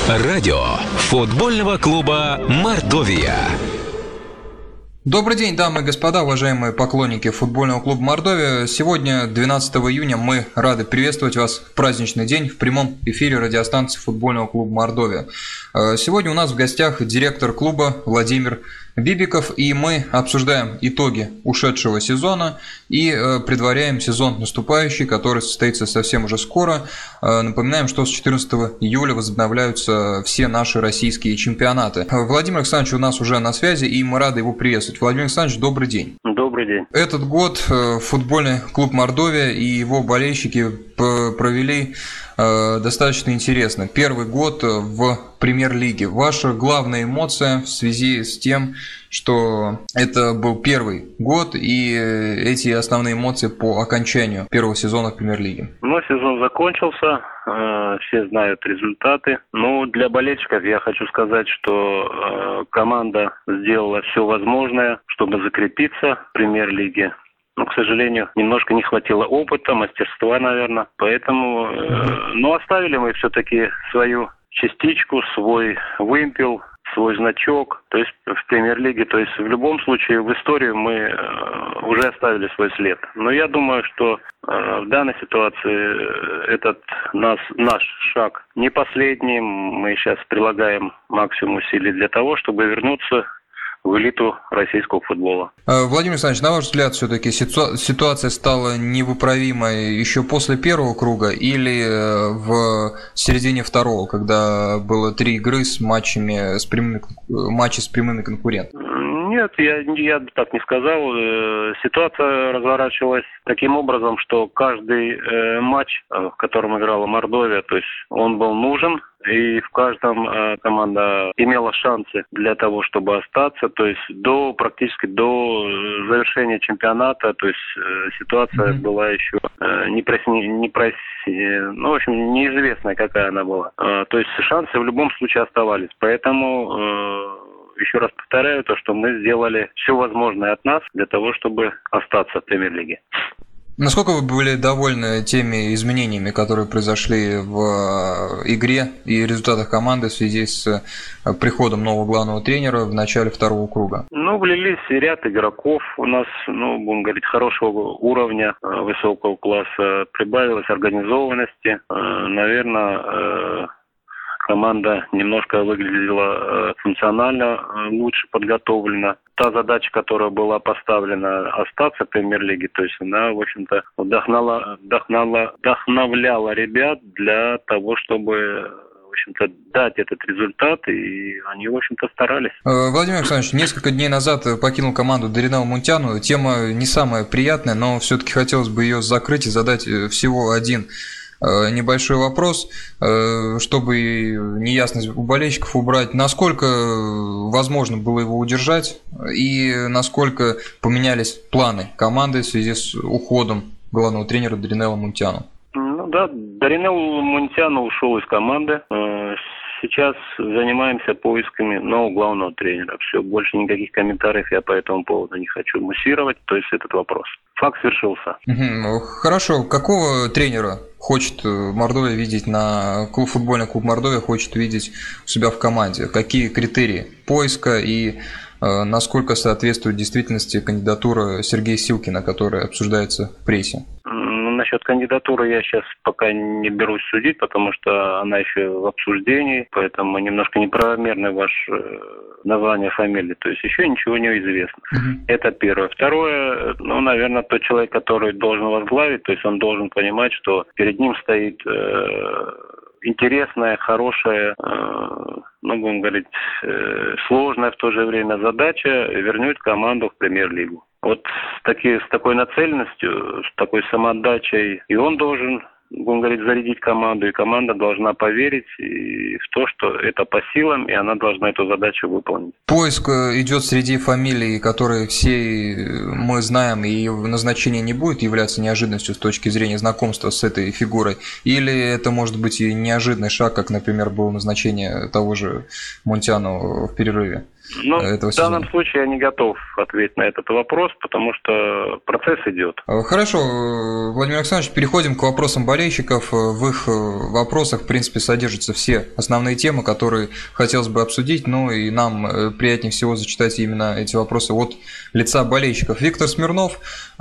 Радио футбольного клуба «Мордовия». Добрый день, дамы и господа, уважаемые поклонники футбольного клуба «Мордовия». Сегодня, 12 июня, мы рады приветствовать вас в праздничный день в прямом эфире радиостанции футбольного клуба «Мордовия». Сегодня у нас в гостях директор клуба Владимир Бибиков, и мы обсуждаем итоги ушедшего сезона и предваряем сезон наступающий, который состоится совсем уже скоро. Напоминаем, что с 14 июля возобновляются все наши российские чемпионаты. Владимир Александрович у нас уже на связи, и мы рады его приветствовать. Владимир Александрович, добрый день. Добрый день. Этот год футбольный клуб «Мордовия» и его болельщики провели достаточно интересно. Первый год в премьер-лиге. Ваша главная эмоция в связи с тем, что это был первый год, и эти основные эмоции по окончанию первого сезона в премьер-лиге? Сезон закончился, все знают результаты. Для болельщиков я хочу сказать, что команда сделала все возможное, чтобы закрепиться в премьер-лиге. К сожалению, немножко не хватило опыта, мастерства, наверное. Поэтому, оставили мы все-таки свою частичку, свой вымпел, свой значок, то есть в премьер-лиге. То есть в любом случае в историю мы уже оставили свой след. Но я думаю, что в данной ситуации этот наш шаг не последний. Мы сейчас прилагаем максимум усилий для того, чтобы вернуться в элиту российского футбола. Владимир Александрович, на ваш взгляд, все-таки ситуация стала невыправимой еще после первого круга или в середине второго, когда было 3 игры с матчи с прямыми конкурентами? Нет, я бы так не сказал. Ситуация разворачивалась таким образом, что каждый матч, в котором играла Мордовия, то есть он был нужен, и в каждом команда имела шансы для того, чтобы остаться. То есть практически до завершения чемпионата, то есть ситуация была еще неизвестная, какая она была. То есть шансы в любом случае оставались. Поэтому еще раз повторяю то, что мы сделали все возможное от нас для того, чтобы остаться в премьер-лиге. Насколько вы были довольны теми изменениями, которые произошли в игре и результатах команды в связи с приходом нового главного тренера в начале второго круга? Влились ряд игроков у нас, будем говорить, хорошего уровня, высокого класса. Прибавилось организованности. Наверное, команда немножко выглядела функционально лучше подготовлена. Та задача, которая была поставлена остаться в премьер-лиге, то есть она, в общем-то, вдохновляла ребят для того, чтобы, в общем-то, дать этот результат, и они, в общем-то, старались. Владимир Александрович, несколько дней назад покинул команду Даринел Мунтяну. Тема не самая приятная, но все-таки хотелось бы ее закрыть и задать всего один небольшой вопрос, чтобы неясность у болельщиков убрать. Насколько возможно было его удержать и насколько поменялись планы команды в связи с уходом главного тренера Даринела Мунтяну? Даринел Мунтяну ушел из команды. Сейчас занимаемся поисками нового главного тренера. Все, больше никаких комментариев я по этому поводу не хочу муссировать, то есть этот вопрос. Факт свершился. Хорошо. Какого тренера хочет Мордовия видеть футбольный клуб Мордовия хочет видеть у себя в команде? Какие критерии поиска и насколько соответствует действительности кандидатура Сергея Силкина, которая обсуждается в прессе? Насчет кандидатуры я сейчас пока не берусь судить, потому что она еще в обсуждении, поэтому немножко неправомерное ваше название фамилии, то есть еще ничего не известно. Это первое. Второе, наверное, тот человек, который должен возглавить, то есть он должен понимать, что перед ним стоит интересная, хорошая, будем говорить, сложная в то же время задача вернуть команду в премьер-лигу. Вот с такой нацеленностью, с такой самоотдачей, и он должен, будем говорить, зарядить команду, и команда должна поверить в то, что это по силам, и она должна эту задачу выполнить. Поиск идет среди фамилий, которые все мы знаем, и назначение не будет являться неожиданностью с точки зрения знакомства с этой фигурой, или это может быть и неожиданный шаг, как, например, было назначение того же Мунтяну в перерыве? Ну, этого в данном сезона? случае я не готов ответить на этот вопрос, потому что процесс идет. Хорошо, Владимир Александрович, переходим к вопросам болельщиков. В их вопросах, в принципе, содержатся все основные темы, которые хотелось бы обсудить, но и нам приятнее всего зачитать именно эти вопросы от лица болельщиков. Виктор Смирнов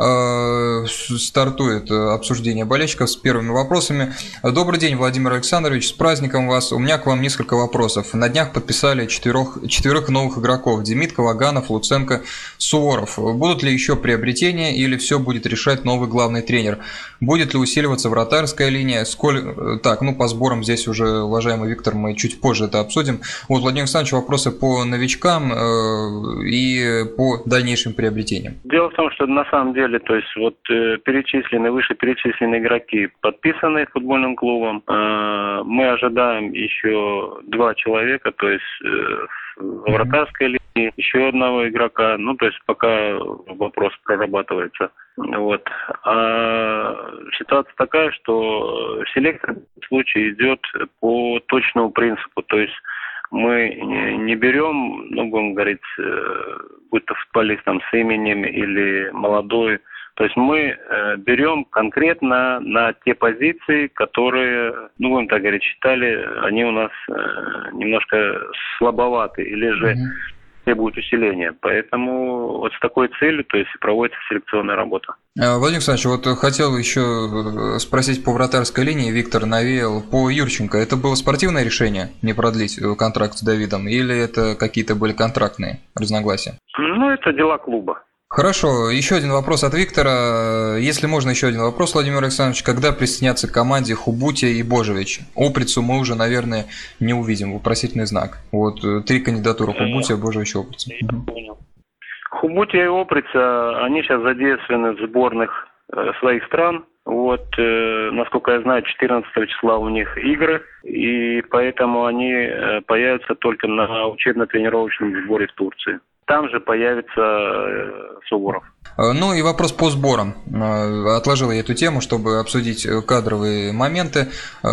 стартует обсуждение болельщиков с первыми вопросами. Добрый день, Владимир Александрович, с праздником вас. У меня к вам несколько вопросов. На днях подписали четверых новых игроков: Демид, Ваганов, Луценко, Суворов. Будут ли еще приобретения или все будет решать новый главный тренер? Будет ли усиливаться вратарская линия? По сборам здесь уже, уважаемый Виктор, мы чуть позже это обсудим. Вот, Владимир Александрович, вопросы по новичкам и по дальнейшим приобретениям. Дело в том, что на самом деле, то есть вышеперечисленные игроки подписаны футбольным клубом. Мы ожидаем еще 2 человека, то есть в вратарской линии еще одного игрока. Ну, то есть пока вопрос прорабатывается. Вот. А ситуация такая, что селекция в этом случае идет по точному принципу. То есть мы не берем, будем говорить, будь то футболист там с именем или молодой. То есть мы берем конкретно на те позиции, которые, будем так говорить, считали, они у нас немножко слабоваты или же требуют усиления. Поэтому вот с такой целью, то есть проводится селекционная работа. Владимир Александрович, вот хотел еще спросить по вратарской линии. Виктор навеял по Юрченко. Это было спортивное решение не продлить контракт с Давидом, или это какие-то были контрактные разногласия? Это дела клуба. Хорошо, еще один вопрос от Виктора. Если можно, еще один вопрос, Владимир Александрович. Когда присоединятся к команде Хубутия и Божевич? Оприцу мы уже, наверное, не увидим. Вопросительный знак. Вот 3 кандидатуры: Хубутия, Божевич, Оприца. Я понял. Хубутия и Оприца, они сейчас задействованы в сборных своих стран. Вот, насколько я знаю, 14 числа у них игры, и поэтому они появятся только на учебно-тренировочном сборе в Турции. Там же появится Суворов. Ну и вопрос по сборам. Отложил я эту тему, чтобы обсудить кадровые моменты.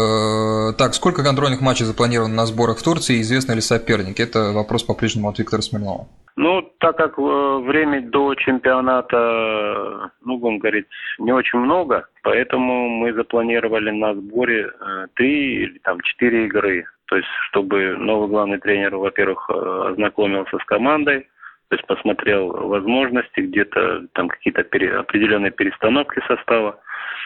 Так, сколько контрольных матчей запланировано на сборах в Турции? Известны ли соперники? Это вопрос по-прежнему от Виктора Смирнова. Так как время до чемпионата, будем говорить, не очень много, поэтому мы запланировали на сборе 3 или 4 игры. То есть, чтобы новый главный тренер, во-первых, ознакомился с командой, то есть посмотрел возможности, где-то там какие-то определенные перестановки состава.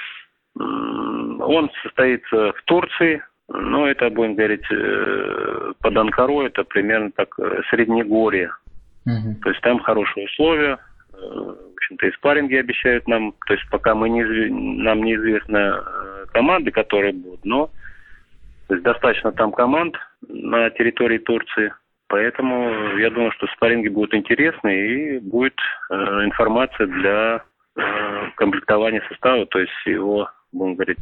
Он состоится в Турции, но это, будем говорить, под Анкарой, это примерно так Среднегорье. То есть там хорошие условия, в общем-то и спарринги обещают нам, то есть пока нам неизвестны команды, которые будут, но то есть достаточно там команд на территории Турции. Поэтому я думаю, что спарринги будут интересны и будет информация для комплектования состава, то есть его, будем говорить,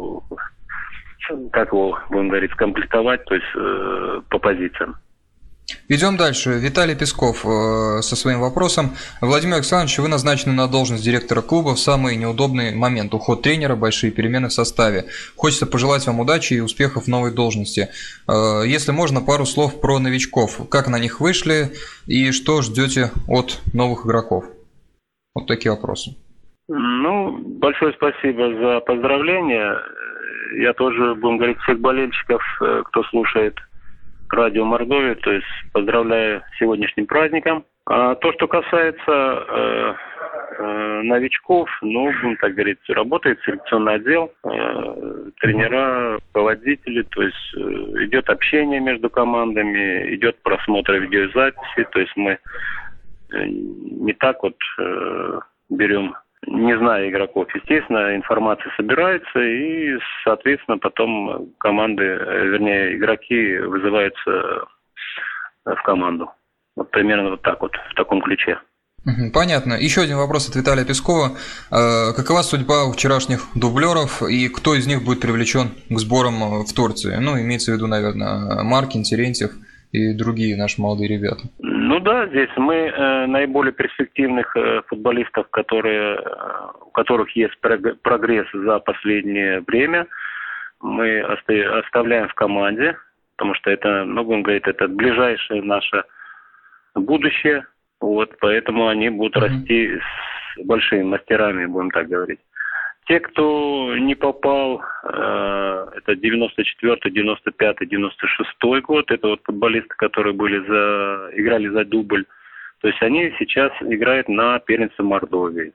скомплектовать, то есть по позициям. Идем дальше. Виталий Песков со своим вопросом. Владимир Александрович, вы назначены на должность директора клуба в самый неудобный момент. Уход тренера, большие перемены в составе. Хочется пожелать вам удачи и успехов в новой должности. Если можно, пару слов про новичков. Как на них вышли и что ждете от новых игроков? Вот такие вопросы. Большое спасибо за поздравления. Я тоже, будем говорить, всех болельщиков, кто слушает радио Мордовия, то есть поздравляю с сегодняшним праздником. А то, что касается новичков, будем так говорить, работает селекционный отдел, тренера, руководители, то есть идет общение между командами, идет просмотр видеозаписи, то есть мы не так берем, не зная игроков. Естественно, информация собирается и, соответственно, потом игроки вызываются в команду. Вот примерно так в таком ключе. Понятно. Еще один вопрос от Виталия Пескова. Какова судьба вчерашних дублеров и кто из них будет привлечен к сборам в Турции? Имеется в виду, наверное, Маркин, Терентьев и другие наши молодые ребята. Здесь мы наиболее перспективных футболистов, у которых есть прогресс за последнее время, мы оставляем в команде, потому что это, будем говорить, это ближайшая наша будущее, вот, поэтому они будут расти с большими мастерами, будем так говорить. Те, кто не попал, это 94-й, 95-й, 96-й год, это вот футболисты, которые играли за дубль, то есть они сейчас играют на первенстве Мордовии.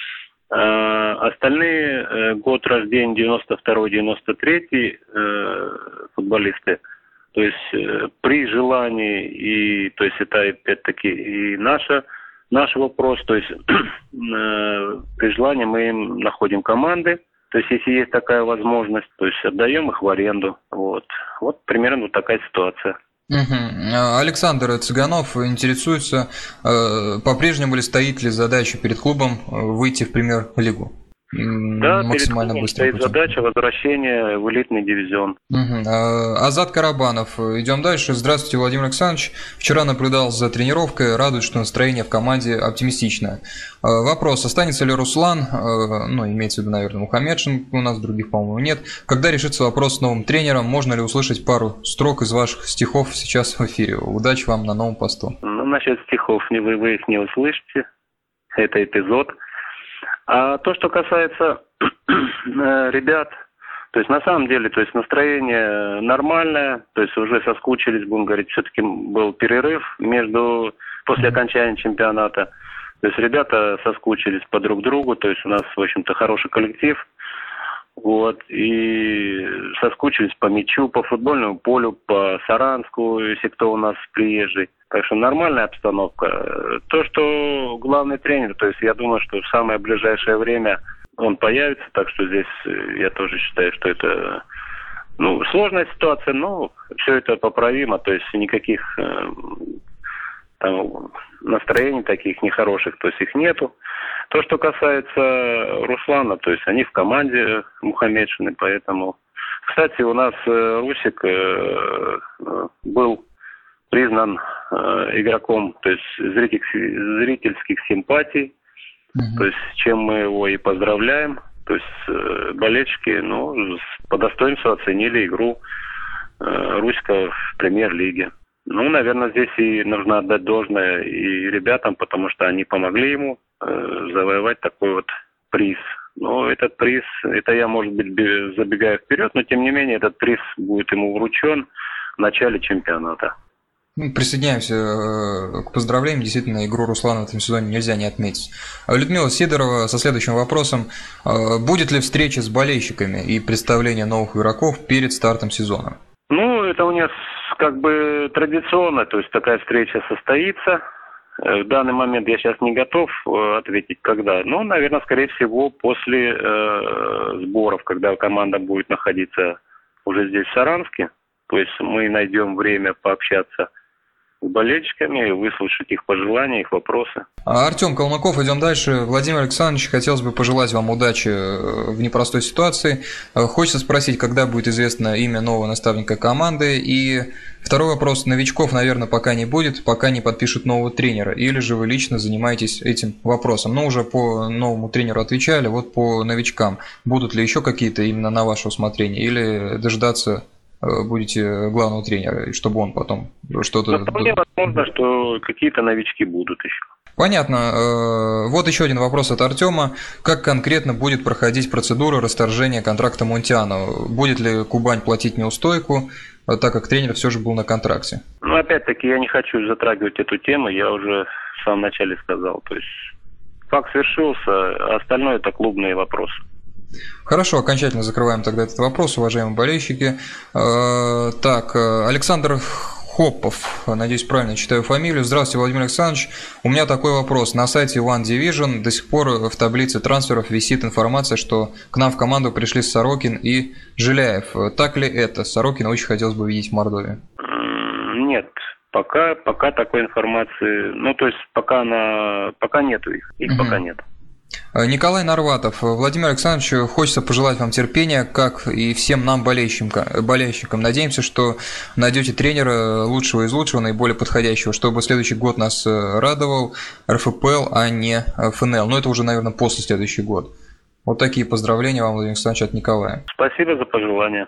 Остальные год рождения 92-й, 93-й футболисты, то есть при желании, и то есть это опять-таки и наш вопрос, то есть при желании мы им находим команды, то есть если есть такая возможность, то есть отдаем их в аренду. Вот примерно вот такая ситуация. Александр Цыганов интересуется, по-прежнему ли стоит ли задача перед клубом выйти в премьер-лигу? Да, максимально перед клубом стоит задача возвращения в элитный дивизион. Азат Карабанов. Идем дальше. Здравствуйте, Владимир Александрович. Вчера наблюдал за тренировкой. Радует, что настроение в команде оптимистичное. Вопрос. Останется ли Руслан, имеется в виду, наверное, Мухаммедшин, у нас других, по-моему, нет. Когда решится вопрос с новым тренером, можно ли услышать пару строк из ваших стихов сейчас в эфире? Удачи вам на новом посту. Насчет стихов вы их не услышите. Это эпизод. А то, что касается ребят, то есть на самом деле, то есть настроение нормальное, то есть уже соскучились, будем говорить, все-таки был перерыв после окончания чемпионата. То есть ребята соскучились по друг другу, то есть у нас, в общем-то, хороший коллектив. Вот, и соскучились по мячу, по футбольному полю, по Саранску, если кто у нас приезжий. Так что нормальная обстановка. То, что главный тренер, то есть я думаю, что в самое ближайшее время он появится, так что здесь я тоже считаю, что это сложная ситуация, но все это поправимо, то есть никаких настроений таких нехороших, то есть их нету. То, что касается Руслана, то есть они в команде Мухаммедшины, поэтому... Кстати, у нас Русик был признан игроком, то есть зрительских симпатий, то есть чем мы его и поздравляем. То есть болельщики, по достоинству оценили игру Русика в премьер-лиге. Наверное, здесь и нужно отдать должное и ребятам, потому что они помогли ему завоевать такой вот приз. Но этот приз, это я, может быть, забегаю вперед, но тем не менее этот приз будет ему вручен в начале чемпионата. Присоединяемся к поздравлениям. Действительно, игру Руслана в этом сезоне нельзя не отметить. Людмила Сидорова со следующим вопросом. Будет ли встреча с болельщиками и представление новых игроков перед стартом сезона? Это у нас как бы традиционно, то есть такая встреча состоится. В данный момент я сейчас не готов ответить, когда. Наверное, скорее всего, после сборов, когда команда будет находиться уже здесь, в Саранске. То есть мы найдем время пообщаться с болельщиками, выслушать их пожелания, их вопросы. Артем Калмыков, идем дальше. Владимир Александрович, хотелось бы пожелать вам удачи в непростой ситуации. Хочется спросить, когда будет известно имя нового наставника команды. И второй вопрос. Новичков, наверное, пока не будет, пока не подпишут нового тренера. Или же вы лично занимаетесь этим вопросом? Уже по новому тренеру отвечали, вот по новичкам. Будут ли еще какие-то именно на ваше усмотрение? Или дождаться будете главного тренера, чтобы он потом что-то... Вполне возможно, что какие-то новички будут еще. Понятно. Вот еще один вопрос от Артема. Как конкретно будет проходить процедура расторжения контракта Мунтиану? Будет ли Кубань платить неустойку, так как тренер все же был на контракте? Опять-таки, я не хочу затрагивать эту тему, я уже в самом начале сказал. То есть факт свершился, а остальное это клубные вопросы. Хорошо, окончательно закрываем тогда этот вопрос, уважаемые болельщики. Так, Александр Хоппов, надеюсь, правильно читаю фамилию. Здравствуйте, Владимир Александрович. У меня такой вопрос. На сайте One Division до сих пор в таблице трансферов висит информация, что к нам в команду пришли Сорокин и Жиляев. Так ли это? Сорокина очень хотелось бы видеть в Мордовии. Нет, пока такой информации, то есть пока нету их, пока нет. Николай Нарватов. Владимир Александрович, хочется пожелать вам терпения, как и всем нам, болельщикам. Надеемся, что найдете тренера лучшего из лучшего, наиболее подходящего, чтобы следующий год нас радовал РФПЛ, а не ФНЛ. Но это уже, наверное, после следующий год. Вот такие поздравления вам, Владимир Александрович, от Николая. Спасибо за пожелания.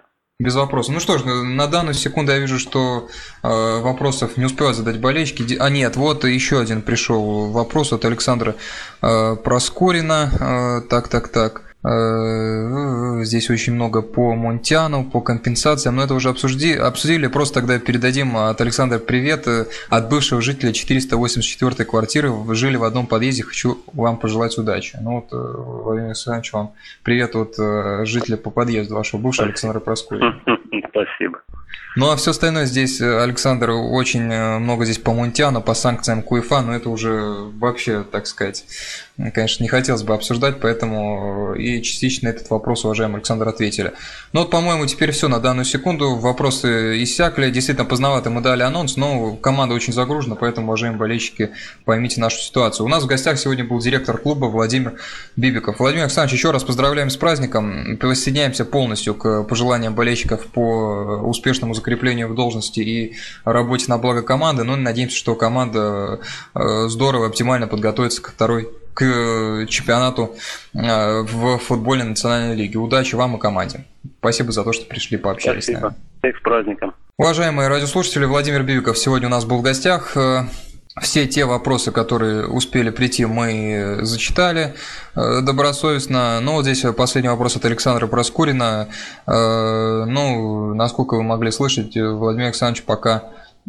Без вопросов. Ну что ж, на данную секунду я вижу, что вопросов не успевают задать болельщики. А нет, вот еще один пришел вопрос от Александра Проскурина. Так. Здесь очень много по Мунтяну, по компенсациям, но это уже обсудили. Просто тогда передадим от Александра привет от бывшего жителя 484-й квартиры. Вы жили в одном подъезде, хочу вам пожелать удачи. Ну вот, Владимир Александрович, вам привет от жителя по подъезду вашего бывшего Александра Проскурина. Спасибо. Ну а все остальное здесь, Александр, очень много здесь по Мунтяну, по санкциям к УЕФА, но это уже вообще, так сказать, конечно, не хотелось бы обсуждать, поэтому и частично этот вопрос, уважаемый Александр, ответили. Ну вот, по-моему, теперь все на данную секунду, вопросы иссякли, действительно поздновато мы дали анонс, но команда очень загружена, поэтому, уважаемые болельщики, поймите нашу ситуацию. У нас в гостях сегодня был директор клуба Владимир Бибиков. Владимир Александрович, еще раз поздравляем с праздником, присоединяемся полностью к пожеланиям болельщиков по успешному закреплению в должности и работе на благо команды, но надеемся, что команда здорово, оптимально подготовится к чемпионату в футбольной национальной лиге. Удачи вам и команде. Спасибо за то, что пришли, пообщались с нами. Всех с праздником. Уважаемые радиослушатели, Владимир Бибиков сегодня у нас был в гостях. Все те вопросы, которые успели прийти, мы зачитали добросовестно. Ну, вот здесь последний вопрос от Александра Проскурина. Ну, насколько вы могли слышать, Владимир Александрович пока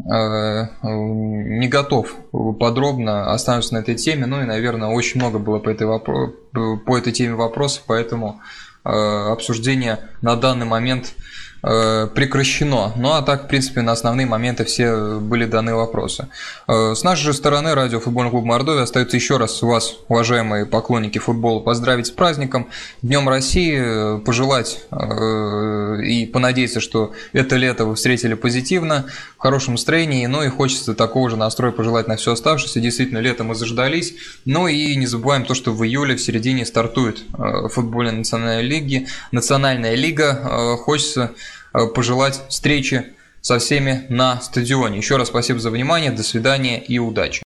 не готов подробно останавливаться на этой теме. Ну и, наверное, очень много было по этой теме вопросов, поэтому обсуждение на данный момент прекращено. Ну а так, в принципе, на основные моменты все были даны вопросы. С нашей же стороны радио Футбольный клуб Мордовия остается еще раз вас, уважаемые поклонники футбола, поздравить с праздником, Днем России, пожелать и понадеяться, что это лето вы встретили позитивно, в хорошем настроении, ну и хочется такого же настроя пожелать на все оставшееся. Действительно, лето мы заждались. Ну и не забываем то, что в июле, в середине стартует футбольная национальная лига. Хочется пожелать встречи со всеми на стадионе. Еще раз спасибо за внимание, до свидания и удачи.